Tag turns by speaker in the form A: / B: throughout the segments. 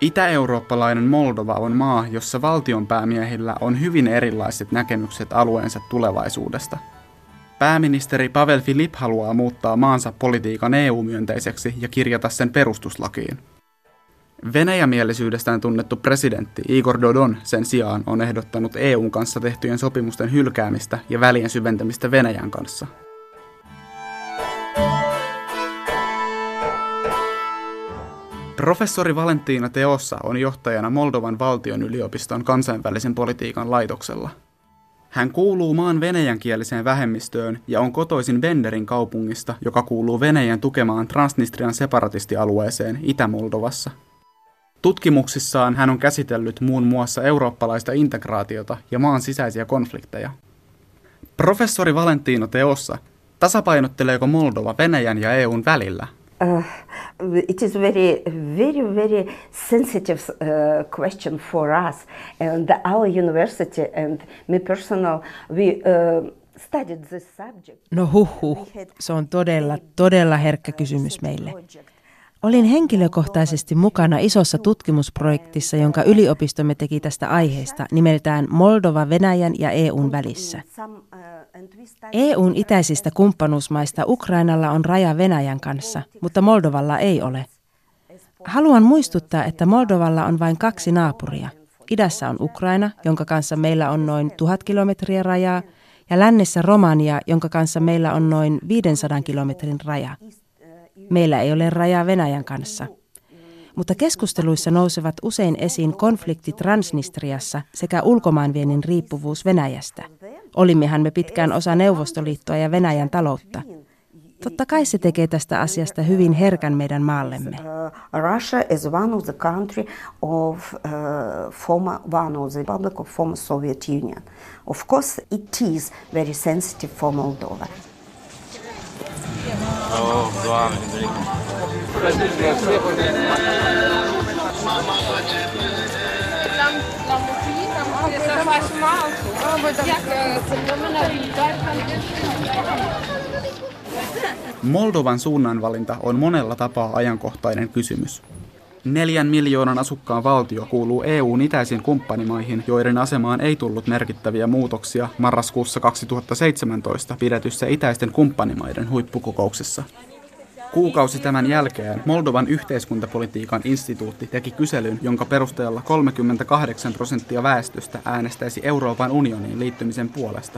A: Itä-eurooppalainen Moldova on maa, jossa valtionpäämiehillä on hyvin erilaiset näkemykset alueensa tulevaisuudesta. Pääministeri Pavel Filip haluaa muuttaa maansa politiikan EU-myönteiseksi ja kirjata sen perustuslakiin. Venäjämielisyydestään tunnettu presidentti Igor Dodon sen sijaan on ehdottanut EUn kanssa tehtyjen sopimusten hylkäämistä ja välien syventämistä Venäjän kanssa. Professori Valentina Teossa on johtajana Moldovan valtion yliopiston kansainvälisen politiikan laitoksella. Hän kuuluu maan venäjänkieliseen vähemmistöön ja on kotoisin Benderin kaupungista, joka kuuluu Venäjän tukemaan Transnistrian separatistialueeseen Itä-Moldovassa. Tutkimuksissaan hän on käsitellyt muun muassa eurooppalaista integraatiota ja maan sisäisiä konflikteja. Professori Valentino Teossa, tasapainotteleeko Moldova Venäjän ja EUn välillä?
B: It is very sensitive question for us, and our university and me personal, we studied this subject.
C: No se on todella herkkä kysymys meille. Olin henkilökohtaisesti mukana isossa tutkimusprojektissa, jonka yliopistomme teki tästä aiheesta nimeltään Moldova Venäjän ja EUn välissä. EUn itäisistä kumppanuusmaista Ukrainalla on raja Venäjän kanssa, mutta Moldovalla ei ole. Haluan muistuttaa, että Moldovalla on vain 2 naapuria. Idässä on Ukraina, jonka kanssa meillä on noin 1000 kilometriä rajaa, ja lännessä Romania, jonka kanssa meillä on noin 500 kilometrin raja. Meillä ei ole rajaa Venäjän kanssa. Mutta keskusteluissa nousevat usein esiin konflikti Transnistriassa sekä ulkomaanviennin riippuvuus Venäjästä. Olimmehan me pitkään osa Neuvostoliittoa ja Venäjän taloutta. Totta kai se tekee tästä asiasta hyvin herkän meidän maallemme.
B: Russia is one of the country of one of the republic of former Soviet Union. Of course it is very sensitive for Moldova.
A: Moldovan suunnanvalinta on monella tapaa ajankohtainen kysymys. 4 miljoonan asukkaan valtio kuuluu EU:n itäisiin kumppanimaihin, joiden asemaan ei tullut merkittäviä muutoksia marraskuussa 2017 pidetyssä itäisten kumppanimaiden huippukokouksessa. Kuukausi tämän jälkeen Moldovan yhteiskuntapolitiikan instituutti teki kyselyn, jonka perusteella 38% väestöstä äänestäisi Euroopan unioniin liittymisen puolesta.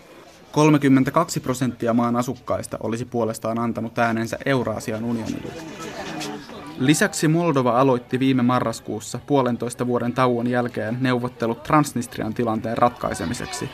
A: 32% maan asukkaista olisi puolestaan antanut äänensä Euraasian unionille. Lisäksi Moldova aloitti viime marraskuussa 1,5 vuoden tauon jälkeen neuvottelut Transnistrian tilanteen ratkaisemiseksi.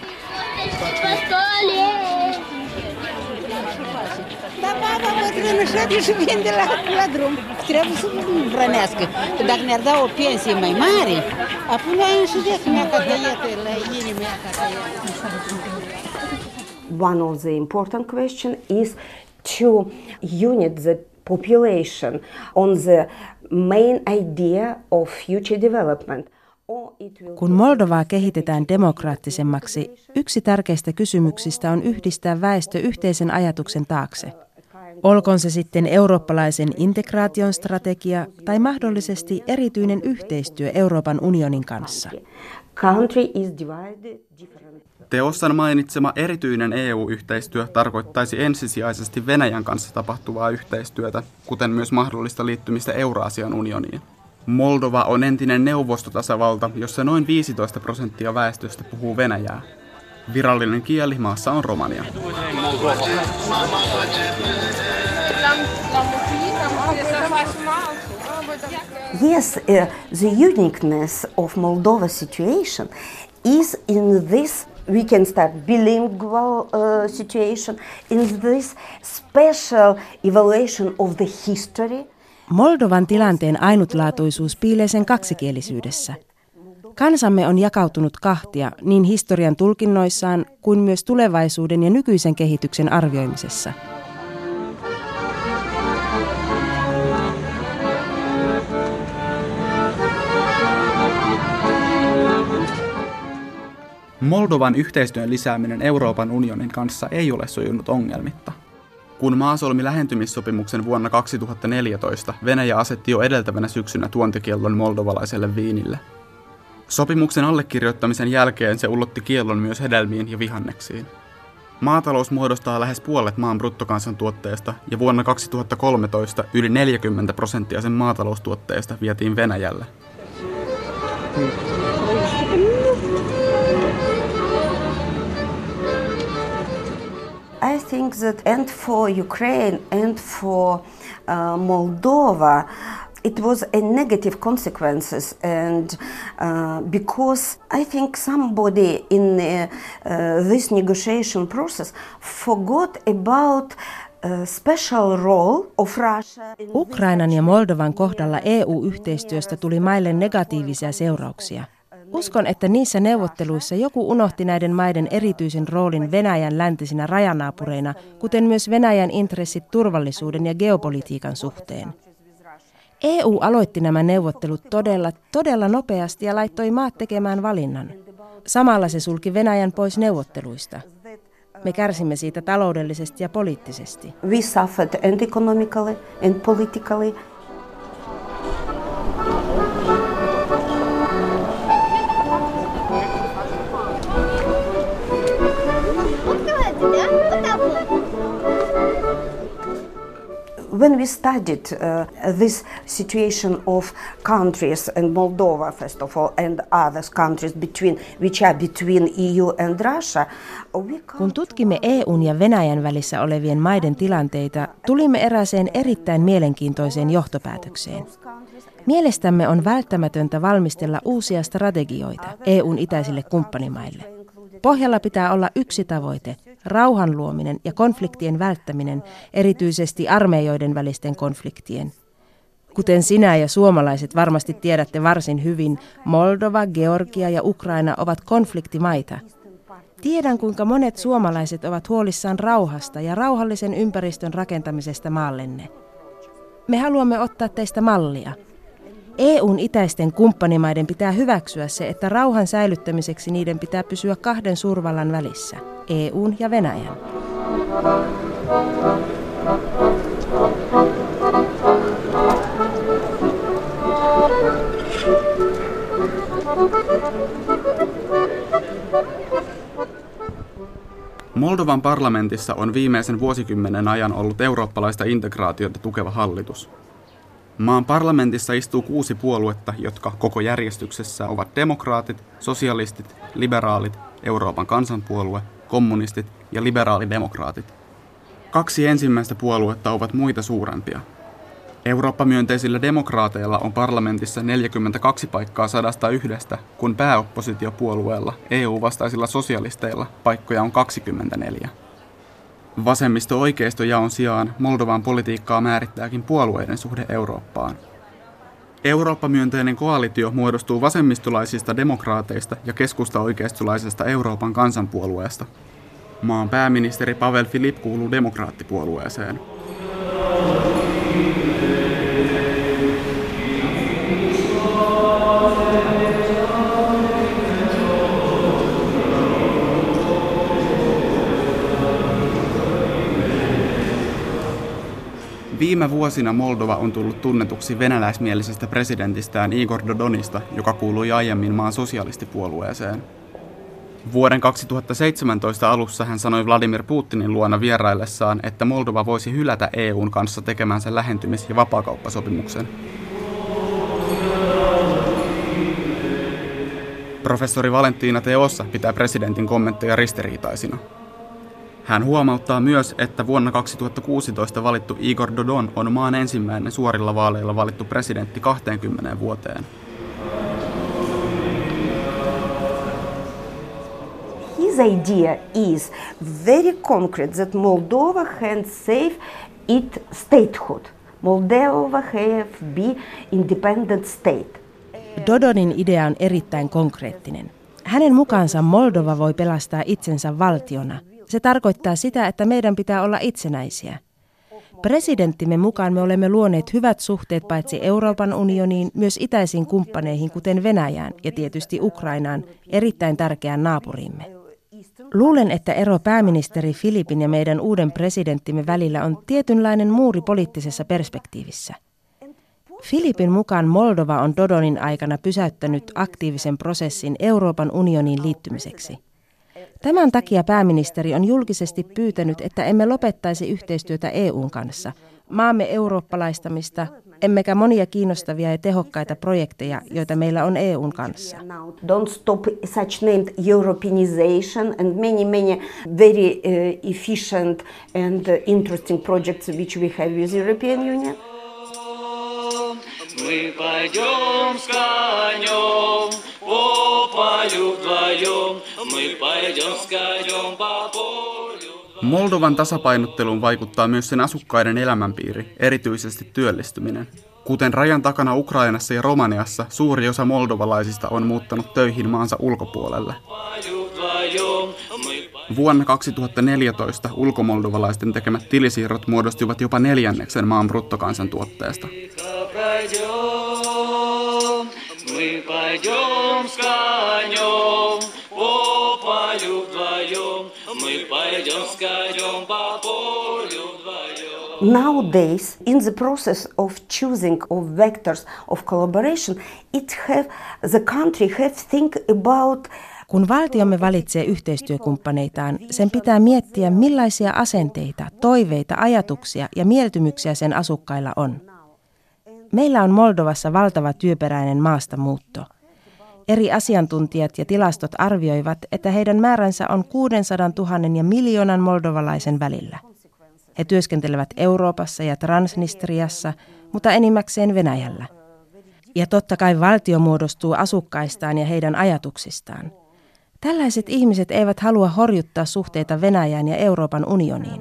B: One of the important question is to unite the population on the main idea of future development.
C: Kun Moldovaa kehitetään demokraattisemmaksi, yksi tärkeistä kysymyksistä on yhdistää väestö yhteisen ajatuksen taakse. Olkoon se sitten eurooppalaisen integraation strategia tai mahdollisesti erityinen yhteistyö Euroopan unionin kanssa.
A: Teossan mainitsema erityinen EU-yhteistyö tarkoittaisi ensisijaisesti Venäjän kanssa tapahtuvaa yhteistyötä, kuten myös mahdollista liittymistä Euraasian unioniin. Moldova on entinen neuvostotasavalta, jossa noin 15% väestöstä puhuu venäjää. Virallinen kieli maassa on romania.
B: Yes, the uniqueness of Moldova situation is in this, we can start bilingual situation, in this special evaluation of the history.
C: Moldovan tilanteen ainutlaatuisuus piilee sen kaksikielisyydessä. Kansamme on jakautunut kahtia niin historian tulkinnoissaan kuin myös tulevaisuuden ja nykyisen kehityksen arvioimisessa.
A: Moldovan yhteistyön lisääminen Euroopan unionin kanssa ei ole sujunut ongelmitta. Kun maa solmi lähentymissopimuksen vuonna 2014, Venäjä asetti jo edeltävänä syksynä tuontikiellon moldovalaiselle viinille. Sopimuksen allekirjoittamisen jälkeen se ulotti kiellon myös hedelmiin ja vihanneksiin. Maatalous muodostaa lähes puolet maan bruttokansantuotteesta ja vuonna 2013 yli 40% sen maataloustuotteesta vietiin Venäjälle.
B: I think that and for Ukraine and for Moldova, it was a negative consequences, and because I think somebody in this negotiation process forgot about special role of Russia.
C: Ukrainan ja Moldovan kohdalla EU-yhteistyöstä tuli maille negatiivisia seurauksia. Uskon, että niissä neuvotteluissa joku unohti näiden maiden erityisen roolin Venäjän läntisinä rajanaapureina, kuten myös Venäjän intressit turvallisuuden ja geopolitiikan suhteen. EU aloitti nämä neuvottelut todella nopeasti ja laittoi maat tekemään valinnan. Samalla se sulki Venäjän pois neuvotteluista. Me kärsimme siitä taloudellisesti ja poliittisesti.
B: We suffered and economically and politically. When we studied this situation of countries and Moldova first of all and other countries which are between EU and Russia,
C: kun tutkimme EUn ja Venäjän välissä olevien maiden tilanteita, tulimme erääseen erittäin mielenkiintoiseen johtopäätökseen. Mielestämme on välttämätöntä valmistella uusia strategioita EUn itäisille kumppanimaille. Pohjalla pitää olla yksi tavoite, rauhan luominen ja konfliktien välttäminen, erityisesti armeijoiden välisten konfliktien. Kuten sinä ja suomalaiset varmasti tiedätte varsin hyvin, Moldova, Georgia ja Ukraina ovat konfliktimaita. Tiedän, kuinka monet suomalaiset ovat huolissaan rauhasta ja rauhallisen ympäristön rakentamisesta maallenne. Me haluamme ottaa teistä mallia. EUn itäisten kumppanimaiden pitää hyväksyä se, että rauhan säilyttämiseksi niiden pitää pysyä kahden suurvallan välissä, EUn ja Venäjän.
A: Moldovan parlamentissa on viimeisen vuosikymmenen ajan ollut eurooppalaista integraatiota tukeva hallitus. Maan parlamentissa istuu 6 puoluetta, jotka koko järjestyksessä ovat demokraatit, sosialistit, liberaalit, Euroopan kansanpuolue, kommunistit ja liberaalidemokraatit. 2 ensimmäistä puoluetta ovat muita suurempia. Eurooppa-myönteisillä demokraateilla on parlamentissa 42 paikkaa 101, kun pääoppositiopuolueella, EU-vastaisilla sosialisteilla, paikkoja on 24. Vasemmisto-oikeistojaon sijaan Moldovan politiikkaa määrittääkin puolueiden suhde Eurooppaan. Eurooppa-myönteinen koalitio muodostuu vasemmistolaisista demokraateista ja keskusta-oikeistolaisesta Euroopan kansanpuolueesta. Maan pääministeri Pavel Filip kuuluu demokraattipuolueeseen. Viime vuosina Moldova on tullut tunnetuksi venäläismielisestä presidentistään Igor Dodonista, joka kuului aiemmin maan sosialistipuolueeseen. Vuoden 2017 alussa hän sanoi Vladimir Putinin luona vieraillessaan, että Moldova voisi hylätä EUn kanssa tekemänsä lähentymis- ja vapaakauppasopimuksen. Professori Valentina Teossa pitää presidentin kommentteja ristiriitaisina. Hän huomauttaa myös, että vuonna 2016 valittu Igor Dodon on maan ensimmäinen suorilla vaaleilla valittu presidentti 20 vuoteen.
B: His idea is very concrete that Moldova can save its statehood. Moldova have be independent state.
C: Dodonin idea on erittäin konkreettinen. Hänen mukaansa Moldova voi pelastaa itsensä valtiona. Se tarkoittaa sitä, että meidän pitää olla itsenäisiä. Presidenttimme mukaan me olemme luoneet hyvät suhteet paitsi Euroopan unioniin, myös itäisiin kumppaneihin, kuten Venäjään ja tietysti Ukrainaan, erittäin tärkeään naapuriimme. Luulen, että ero pääministeri Filipin ja meidän uuden presidenttimme välillä on tietynlainen muuri poliittisessa perspektiivissä. Filipin mukaan Moldova on Dodonin aikana pysäyttänyt aktiivisen prosessin Euroopan unioniin liittymiseksi. Tämän takia pääministeri on julkisesti pyytänyt, että emme lopettaisi yhteistyötä EUn kanssa, maamme eurooppalaistamista, emmekä monia kiinnostavia ja tehokkaita projekteja, joita meillä on EUn kanssa.
B: Don't stop such named Europeanization and many very efficient and interesting projects which we have with European Union.
D: Мы пойдем с конем по полю вдвоем, мы пойдем с конем по полю.
A: Moldovan tasapainotteluun vaikuttaa myös sen asukkaiden elämänpiiri, erityisesti työllistyminen. Kuten rajan takana Ukrainassa ja Romaniassa, suuri osa moldovalaisista on muuttanut töihin maansa ulkopuolelle. Vuonna 2014 ulkomoldovalaisten tekemät tilisiirrot muodostivat jopa 1/4 maan bruttokansantuotteesta.
B: Nowadays, in the process of choosing of vectors of collaboration, the country have think about.
C: Kun valtiomme valitsee yhteistyökumppaneitaan, sen pitää miettiä, millaisia asenteita, toiveita, ajatuksia ja mieltymyksiä sen asukkailla on. Meillä on Moldovassa valtava työperäinen maastamuutto. Eri asiantuntijat ja tilastot arvioivat, että heidän määränsä on 600 000 ja 1 miljoonan moldovalaisen välillä. He työskentelevät Euroopassa ja Transnistriassa, mutta enimmäkseen Venäjällä. Ja totta kai valtio muodostuu asukkaistaan ja heidän ajatuksistaan. Tällaiset ihmiset eivät halua horjuttaa suhteita Venäjään ja Euroopan unioniin.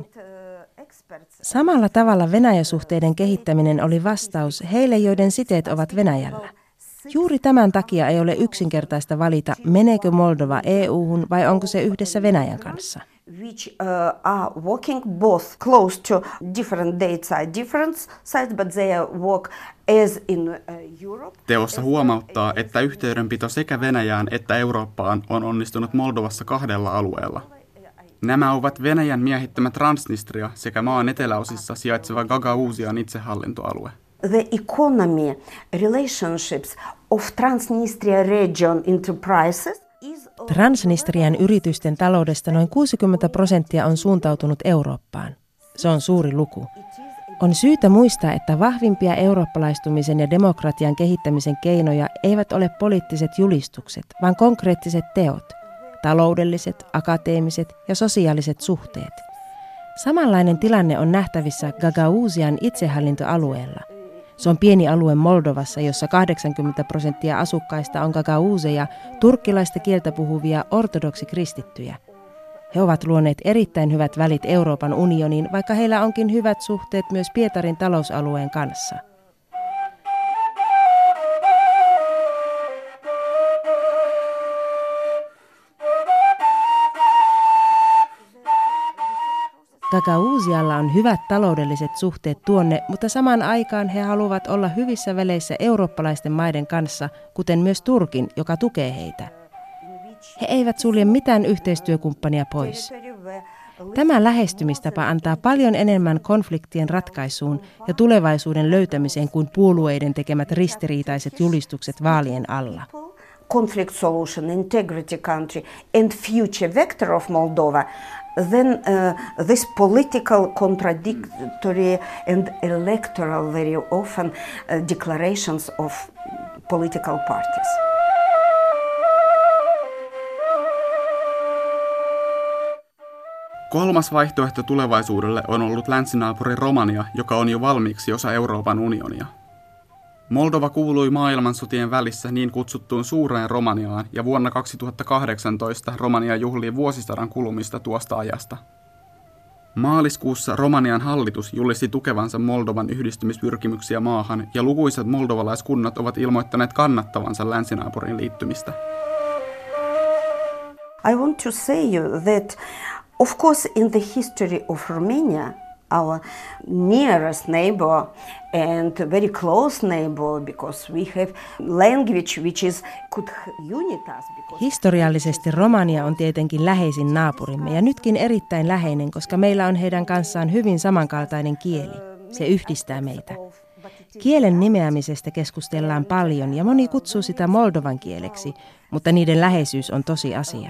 C: Samalla tavalla Venäjä-suhteiden kehittäminen oli vastaus heille, joiden siteet ovat Venäjällä. Juuri tämän takia ei ole yksinkertaista valita, meneekö Moldova EU-hun vai onko se yhdessä Venäjän kanssa.
B: Which are working both close to different dates are different sides, but they work as in Europe.
A: Teossa huomauttaa, että yhteydenpito sekä Venäjään että Eurooppaan on onnistunut Moldovassa 2 alueella. Nämä ovat Venäjän miehittämä Transnistria sekä maan eteläosissa sijaitseva Gagauzian itsehallintoalue.
B: The economy relationships of Transnistria region enterprises.
C: Transnistrian yritysten taloudesta noin 60% on suuntautunut Eurooppaan. Se on suuri luku. On syytä muistaa, että vahvimpia eurooppalaistumisen ja demokratian kehittämisen keinoja eivät ole poliittiset julistukset, vaan konkreettiset teot, taloudelliset, akateemiset ja sosiaaliset suhteet. Samanlainen tilanne on nähtävissä Gagauzian itsehallintoalueella. Se on pieni alue Moldovassa, jossa 80% asukkaista on gagauzeja, turkkilaista kieltä puhuvia ortodoksikristittyjä. He ovat luoneet erittäin hyvät välit Euroopan unioniin, vaikka heillä onkin hyvät suhteet myös Pietarin talousalueen kanssa. Gagauzialla on hyvät taloudelliset suhteet tuonne, mutta samaan aikaan he haluavat olla hyvissä väleissä eurooppalaisten maiden kanssa, kuten myös Turkin, joka tukee heitä. He eivät sulje mitään yhteistyökumppania pois. Tämä lähestymistapa antaa paljon enemmän konfliktien ratkaisuun ja tulevaisuuden löytämiseen kuin puolueiden tekemät ristiriitaiset julistukset vaalien alla.
B: Conflict solution, integrity country and future vector of Moldova, then this political contradictory and electoral very often declarations of political parties.
A: Kolmas vaihtoehto tulevaisuudelle on ollut länsinaapuri Romania, joka on jo valmiiksi osa Euroopan unionia. Moldova kuului maailmansotien välissä niin kutsuttuun Suureen Romaniaan ja vuonna 2018 Romania juhlii vuosisadan kulumista tuosta ajasta. Maaliskuussa Romanian hallitus julisti tukevansa Moldovan yhdistymispyrkimyksiä maahan ja lukuisat moldovalaiskunnat ovat ilmoittaneet kannattavansa länsinaapurin liittymistä.
B: I want to say you that of course in the history of Romania our nearest neighbor and very close neighbor, because we have language which could unite us.
C: Historiallisesti Romania on tietenkin läheisin naapurimme ja nytkin erittäin läheinen, koska meillä on heidän kanssaan hyvin samankaltainen kieli. Se yhdistää meitä. Kielen nimeämisestä keskustellaan paljon ja moni kutsuu sitä moldovan kieleksi, mutta niiden läheisyys on tosi asia.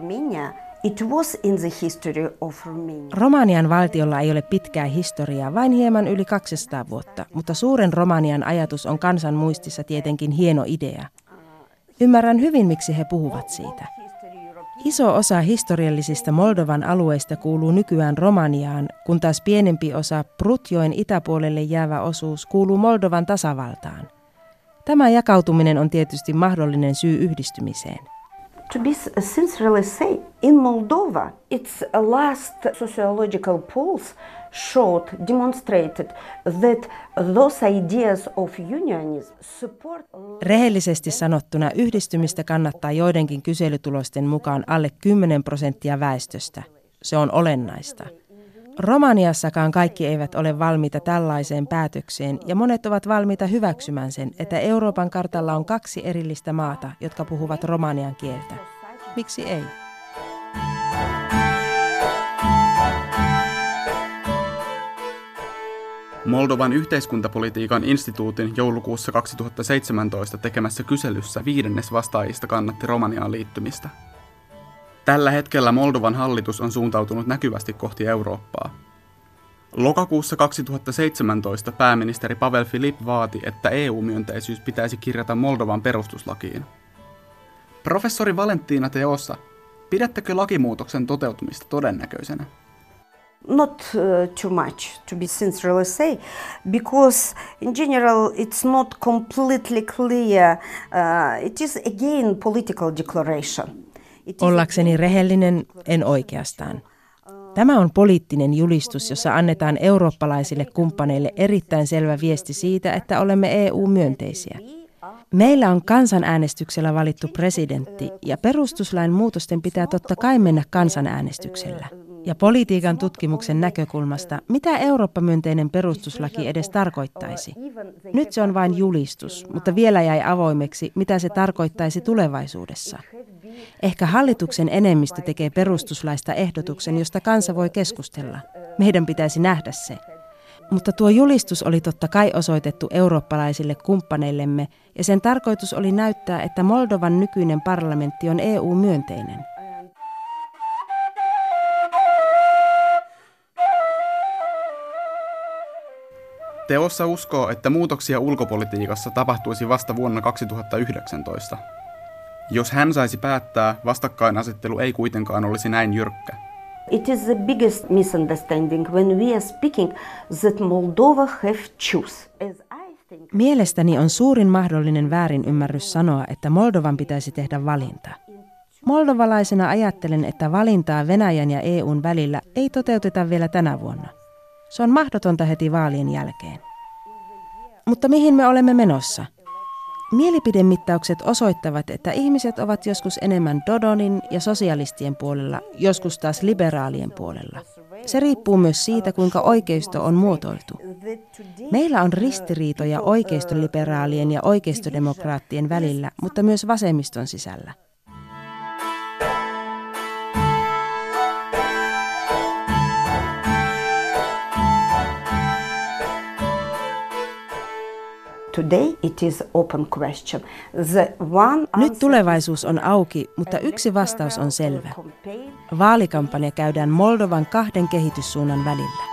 C: Romanian valtiolla ei ole pitkää historiaa, vain hieman yli 200 vuotta, mutta suuren Romanian ajatus on kansan muistissa tietenkin hieno idea. Ymmärrän hyvin, miksi he puhuvat siitä. Iso osa historiallisista Moldovan alueista kuuluu nykyään Romaniaan, kun taas pienempi osa Prutjoen itäpuolelle jäävä osuus kuuluu Moldovan tasavaltaan. Tämä jakautuminen on tietysti mahdollinen syy yhdistymiseen.
B: To be sincerely say, in Moldova, its last sociological polls demonstrated that those ideas of unionism support.
C: Rehellisesti sanottuna yhdistymistä kannattaa joidenkin kyselytulosten mukaan alle 10% väestöstä. Se on olennaista. Romaniassakaan kaikki eivät ole valmiita tällaiseen päätökseen ja monet ovat valmiita hyväksymään sen, että Euroopan kartalla on 2 erillistä maata, jotka puhuvat romanian kieltä. Miksi ei?
A: Moldovan yhteiskuntapolitiikan instituutin joulukuussa 2017 tekemässä kyselyssä 1/5 vastaajista kannatti Romaniaan liittymistä. Tällä hetkellä Moldovan hallitus on suuntautunut näkyvästi kohti Eurooppaa. Lokakuussa 2017 pääministeri Pavel Filip vaati, että EU-myönteisyys pitäisi kirjata Moldovan perustuslakiin. Professori Valentina Teossa, pidättekö lakimuutoksen toteutumista todennäköisenä?
B: Not too much, to be sincerely say, because in general it's not completely clear. It is again political declaration.
C: Ollakseni rehellinen, en oikeastaan. Tämä on poliittinen julistus, jossa annetaan eurooppalaisille kumppaneille erittäin selvä viesti siitä, että olemme EU-myönteisiä. Meillä on kansanäänestyksellä valittu presidentti ja perustuslain muutosten pitää totta kai mennä kansanäänestyksellä. Ja politiikan tutkimuksen näkökulmasta, mitä Eurooppa-myönteinen perustuslaki edes tarkoittaisi? Nyt se on vain julistus, mutta vielä jäi avoimeksi, mitä se tarkoittaisi tulevaisuudessa. Ehkä hallituksen enemmistö tekee perustuslaista ehdotuksen, josta kansa voi keskustella. Meidän pitäisi nähdä se. Mutta tuo julistus oli totta kai osoitettu eurooppalaisille kumppaneillemme, ja sen tarkoitus oli näyttää, että Moldovan nykyinen parlamentti on EU-myönteinen.
A: Teossa uskoo, että muutoksia ulkopolitiikassa tapahtuisi vasta vuonna 2019. Jos hän saisi päättää, vastakkainasettelu ei kuitenkaan olisi näin jyrkkä.
B: It is the biggest misunderstanding when we are speaking that Moldova have choose.
C: Mielestäni on suurin mahdollinen väärinymmärrys sanoa, että Moldovan pitäisi tehdä valinta. Moldovalaisena ajattelen, että valintaa Venäjän ja EUn välillä ei toteuteta vielä tänä vuonna. Se on mahdotonta heti vaalien jälkeen. Mutta mihin me olemme menossa? Mielipidemittaukset osoittavat, että ihmiset ovat joskus enemmän Dodonin ja sosialistien puolella, joskus taas liberaalien puolella. Se riippuu myös siitä, kuinka oikeisto on muotoiltu. Meillä on ristiriitoja oikeistoliberaalien ja oikeistodemokraattien välillä, mutta myös vasemmiston sisällä. Nyt tulevaisuus on auki, mutta yksi vastaus on selvä. Vaalikampanja käydään Moldovan 2 kehityssuunnan välillä.